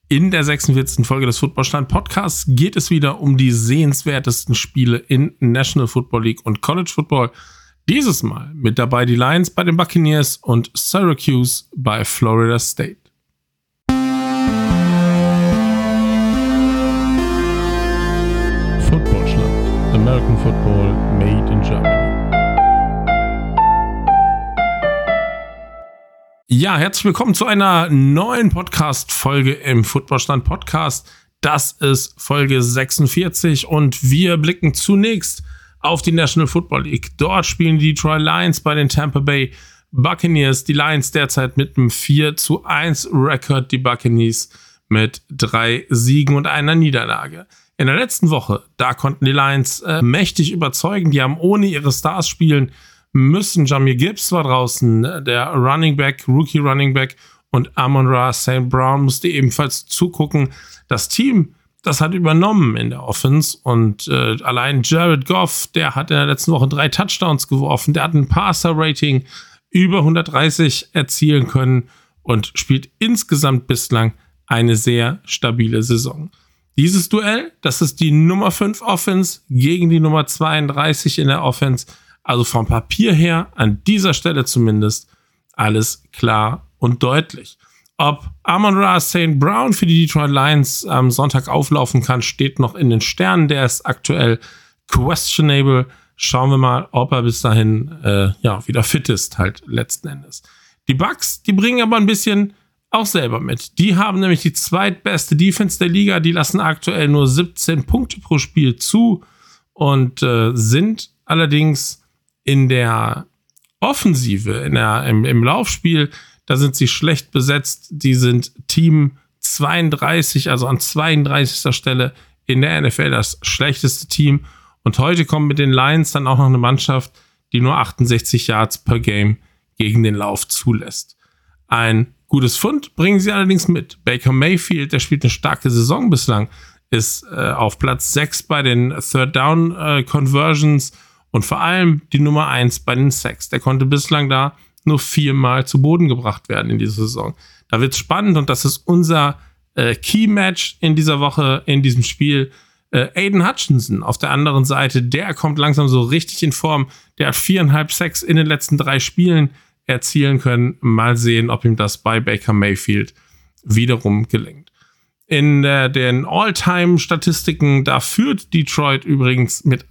In der 46. Folge des Footballstand Podcasts geht es wieder um die sehenswertesten Spiele in National Football League und College Football. Dieses Mal mit dabei die Lions bei den Buccaneers und Syracuse bei Florida State. Footballstand. American Football made in Germany. Ja, herzlich willkommen zu einer neuen Podcast-Folge im Footballstand Podcast. Das ist Folge 46 und wir blicken zunächst auf die National Football League. Dort spielen die Detroit Lions bei den Tampa Bay Buccaneers. Die Lions derzeit mit einem 4-1 Rekord, die Buccaneers mit 3 Siegen und einer Niederlage. In der letzten Woche, da konnten die Lions mächtig überzeugen. Die haben ohne ihre Stars spielen müssen. Jahmyr Gibbs war draußen, der Rookie Running Back, und Amon-Ra St. Brown musste ebenfalls zugucken. Das Team, das hat übernommen in der Offense und allein Jared Goff, der hat in der letzten Woche 3 Touchdowns geworfen, der hat ein Passer-Rating über 130 erzielen können und spielt insgesamt bislang eine sehr stabile Saison. Dieses Duell, das ist die Nummer 5 Offense gegen die Nummer 32 in der Offense. Also vom Papier her, an dieser Stelle zumindest, alles klar und deutlich. Ob Amon-Ra St. Brown für die Detroit Lions am Sonntag auflaufen kann, steht noch in den Sternen. Der ist aktuell questionable. Schauen wir mal, ob er bis dahin wieder fit ist, halt letzten Endes. Die Bucs, die bringen aber ein bisschen auch selber mit. Die haben nämlich die zweitbeste Defense der Liga. Die lassen aktuell nur 17 Punkte pro Spiel zu und sind allerdings in der Offensive, im Laufspiel, da sind sie schlecht besetzt. Die sind Team 32, also an 32. Stelle in der NFL das schlechteste Team. Und heute kommt mit den Lions dann auch noch eine Mannschaft, die nur 68 Yards per Game gegen den Lauf zulässt. Ein gutes Fund bringen sie allerdings mit. Baker Mayfield, der spielt eine starke Saison bislang, ist auf Platz 6 bei den Third Down Conversions und vor allem die Nummer 1 bei den Sacks. Der konnte bislang da nur 4-mal zu Boden gebracht werden in dieser Saison. Da wird's spannend und das ist unser Key-Match in dieser Woche, in diesem Spiel. Aiden Hutchinson auf der anderen Seite, der kommt langsam so richtig in Form. Der hat 4,5 Sacks in den letzten 3 Spielen erzielen können. Mal sehen, ob ihm das bei Baker Mayfield wiederum gelingt. In den All-Time-Statistiken, da führt Detroit übrigens mit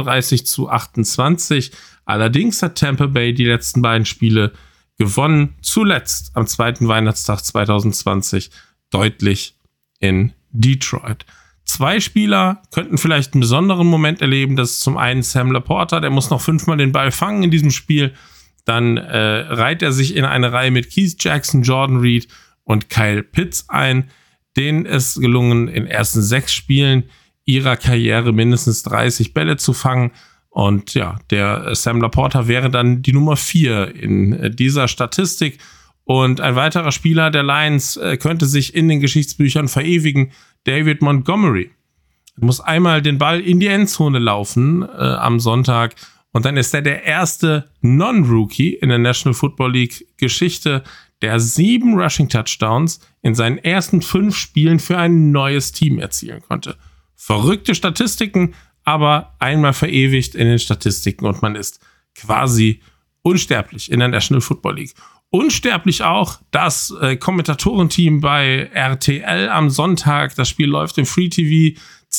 31-28. Allerdings hat Tampa Bay die letzten beiden Spiele gewonnen. Zuletzt am 2. Weihnachtstag 2020 deutlich in Detroit. 2 Spieler könnten vielleicht einen besonderen Moment erleben. Das ist zum einen Sam Laporta, der muss noch 5-mal den Ball fangen in diesem Spiel. Dann reiht er sich in eine Reihe mit Keith Jackson, Jordan Reed und Kyle Pitts ein. Denen ist gelungen, in den ersten 6 Spielen ihrer Karriere mindestens 30 Bälle zu fangen. Und ja, der Sam Laporta wäre dann die Nummer 4 in dieser Statistik. Und ein weiterer Spieler der Lions könnte sich in den Geschichtsbüchern verewigen, David Montgomery. Er muss einmal den Ball in die Endzone laufen am Sonntag. Und dann ist er der erste Non-Rookie in der National Football League Geschichte, der 7 Rushing Touchdowns in seinen ersten 5 Spielen für ein neues Team erzielen konnte. Verrückte Statistiken, aber einmal verewigt in den Statistiken und man ist quasi unsterblich in der National Football League. Unsterblich auch das Kommentatorenteam bei RTL am Sonntag. Das Spiel läuft im Free TV.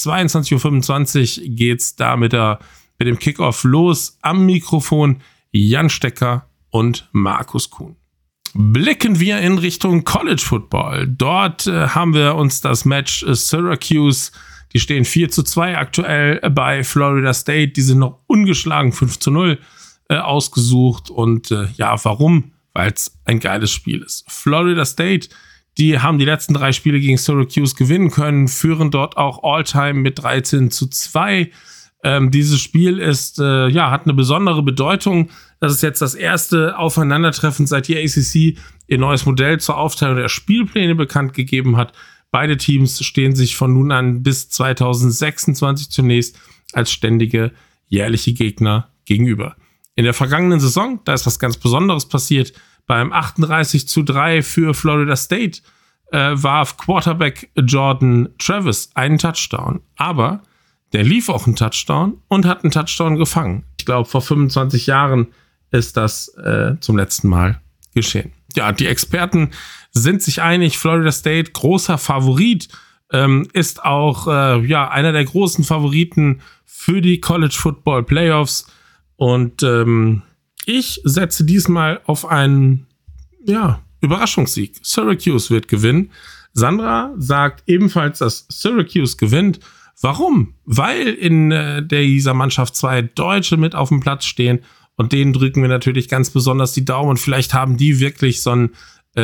22:25 Uhr geht's da mit dem Kickoff los. Am Mikrofon Jan Stecker und Markus Kuhn. Blicken wir in Richtung College Football. Dort haben wir uns das Match Syracuse, die stehen 4-2 aktuell bei Florida State. Die sind noch ungeschlagen 5-0 ausgesucht. Und warum? Weil es ein geiles Spiel ist. Florida State, die haben die letzten 3 Spiele gegen Syracuse gewinnen können, führen dort auch All-Time mit 13-2. Dieses Spiel hat eine besondere Bedeutung. Das ist jetzt das erste Aufeinandertreffen, seit die ACC ihr neues Modell zur Aufteilung der Spielpläne bekannt gegeben hat. Beide Teams stehen sich von nun an bis 2026 zunächst als ständige jährliche Gegner gegenüber. In der vergangenen Saison, da ist was ganz Besonderes passiert. Beim 38-3 für Florida State warf Quarterback Jordan Travis einen Touchdown. Aber der lief auch einen Touchdown und hat einen Touchdown gefangen. Ich glaube, vor 25 Jahren ist das zum letzten Mal geschehen. Ja, die Experten sind sich einig, Florida State, großer Favorit, ist auch einer der großen Favoriten für die College Football Playoffs. Und ich setze diesmal auf einen Überraschungssieg. Syracuse wird gewinnen. Sandra sagt ebenfalls, dass Syracuse gewinnt. Warum? Weil in dieser Mannschaft 2 Deutsche mit auf dem Platz stehen und denen drücken wir natürlich ganz besonders die Daumen und vielleicht haben die wirklich so ein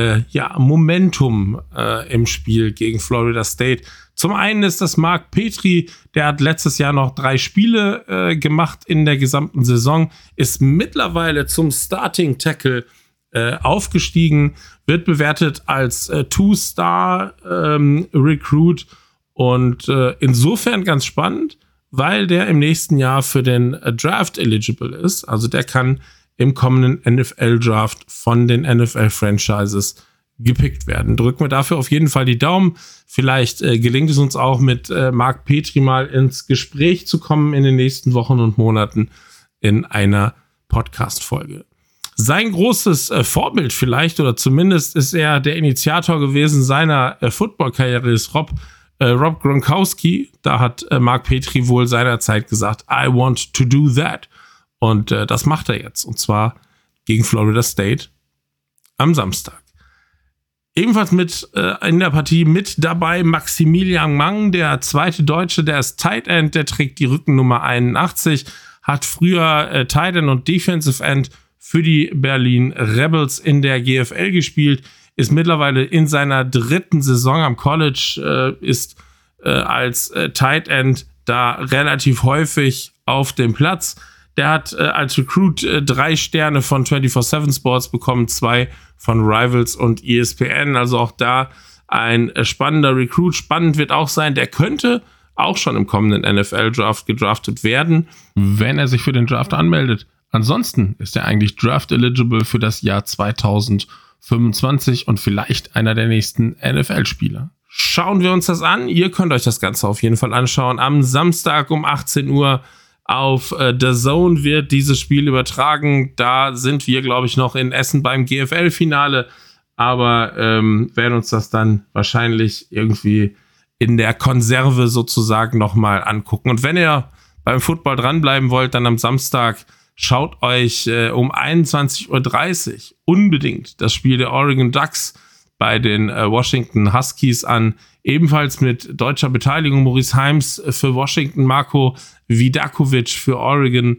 Momentum im Spiel gegen Florida State. Zum einen ist das Mark Petrie, der hat letztes Jahr noch 3 Spiele gemacht in der gesamten Saison, ist mittlerweile zum Starting Tackle aufgestiegen, wird bewertet als Two-Star Recruit und insofern ganz spannend, weil der im nächsten Jahr für den Draft eligible ist. Also der kann im kommenden NFL-Draft von den NFL-Franchises gepickt werden. Drücken wir dafür auf jeden Fall die Daumen. Vielleicht gelingt es uns auch mit Mark Petrie mal ins Gespräch zu kommen in den nächsten Wochen und Monaten in einer Podcast-Folge. Sein großes Vorbild vielleicht, oder zumindest ist er der Initiator gewesen seiner Football-Karriere, ist Rob Gronkowski. Da hat Mark Petrie wohl seinerzeit gesagt, I want to do that. Und das macht er jetzt. Und zwar gegen Florida State am Samstag. Ebenfalls mit in der Partie mit dabei Maximilian Mang, der zweite Deutsche, der ist Tight End, der trägt die Rückennummer 81, hat früher Tight End und Defensive End für die Berlin Rebels in der GFL gespielt, ist mittlerweile in seiner 3. Saison am College, ist als Tight End da relativ häufig auf dem Platz. Der hat als Recruit 3 Sterne von 24/7 Sports bekommen, 2 von Rivals und ESPN. Also auch da ein spannender Recruit. Spannend wird auch sein, der könnte auch schon im kommenden NFL-Draft gedraftet werden, wenn er sich für den Draft anmeldet. Ansonsten ist er eigentlich Draft-eligible für das Jahr 2025 und vielleicht einer der nächsten NFL-Spieler. Schauen wir uns das an. Ihr könnt euch das Ganze auf jeden Fall anschauen. Am Samstag um 18 Uhr auf DAZN wird dieses Spiel übertragen. Da sind wir, glaube ich, noch in Essen beim GFL-Finale, aber werden uns das dann wahrscheinlich irgendwie in der Konserve sozusagen nochmal angucken. Und wenn ihr beim Football dranbleiben wollt, dann am Samstag schaut euch um 21:30 Uhr unbedingt das Spiel der Oregon Ducks bei den Washington Huskies an. Ebenfalls mit deutscher Beteiligung Maurice Heims für Washington, Marco Vidakovic für Oregon.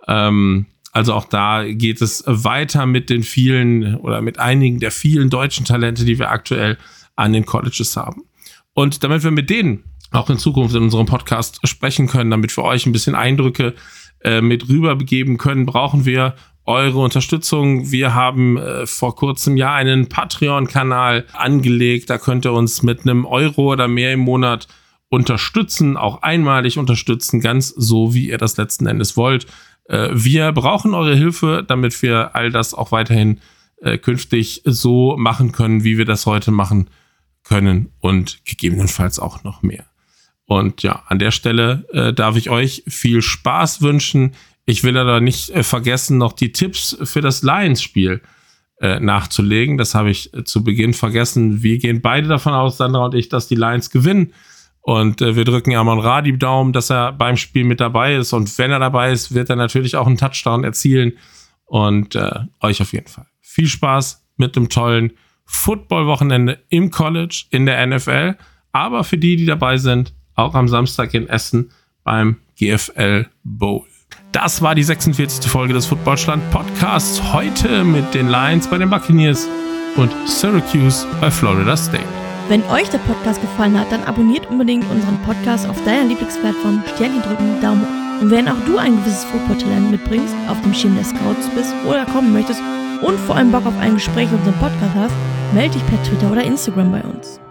Also auch da geht es weiter mit den vielen oder mit einigen der vielen deutschen Talente, die wir aktuell an den Colleges haben. Und damit wir mit denen auch in Zukunft in unserem Podcast sprechen können, damit wir euch ein bisschen Eindrücke mit rüberbegeben können, brauchen wir eure Unterstützung. Wir haben vor kurzem ja einen Patreon-Kanal angelegt. Da könnt ihr uns mit einem Euro oder mehr im Monat unterstützen, auch einmalig unterstützen, ganz so, wie ihr das letzten Endes wollt. Wir brauchen eure Hilfe, damit wir all das auch weiterhin künftig so machen können, wie wir das heute machen können und gegebenenfalls auch noch mehr. Und ja, an der Stelle darf ich euch viel Spaß wünschen. Ich will aber nicht vergessen, noch die Tipps für das Lions-Spiel nachzulegen. Das habe ich zu Beginn vergessen. Wir gehen beide davon aus, Sandra und ich, dass die Lions gewinnen. Und wir drücken Amon-Ra die Daumen, dass er beim Spiel mit dabei ist. Und wenn er dabei ist, wird er natürlich auch einen Touchdown erzielen. Und euch auf jeden Fall viel Spaß mit dem tollen Football-Wochenende im College, in der NFL. Aber für die dabei sind, auch am Samstag in Essen beim GFL Bowl. Das war die 46. Folge des Footballstand Podcasts. Heute mit den Lions bei den Buccaneers und Syracuse bei Florida State. Wenn euch der Podcast gefallen hat, dann abonniert unbedingt unseren Podcast auf deiner Lieblingsplattform, Sternchen drücken, Daumen hoch. Und wenn auch du ein gewisses Football-Talent mitbringst, auf dem Schirm der Scouts bist oder kommen möchtest und vor allem Bock auf ein Gespräch in unserem Podcast hast, melde dich per Twitter oder Instagram bei uns.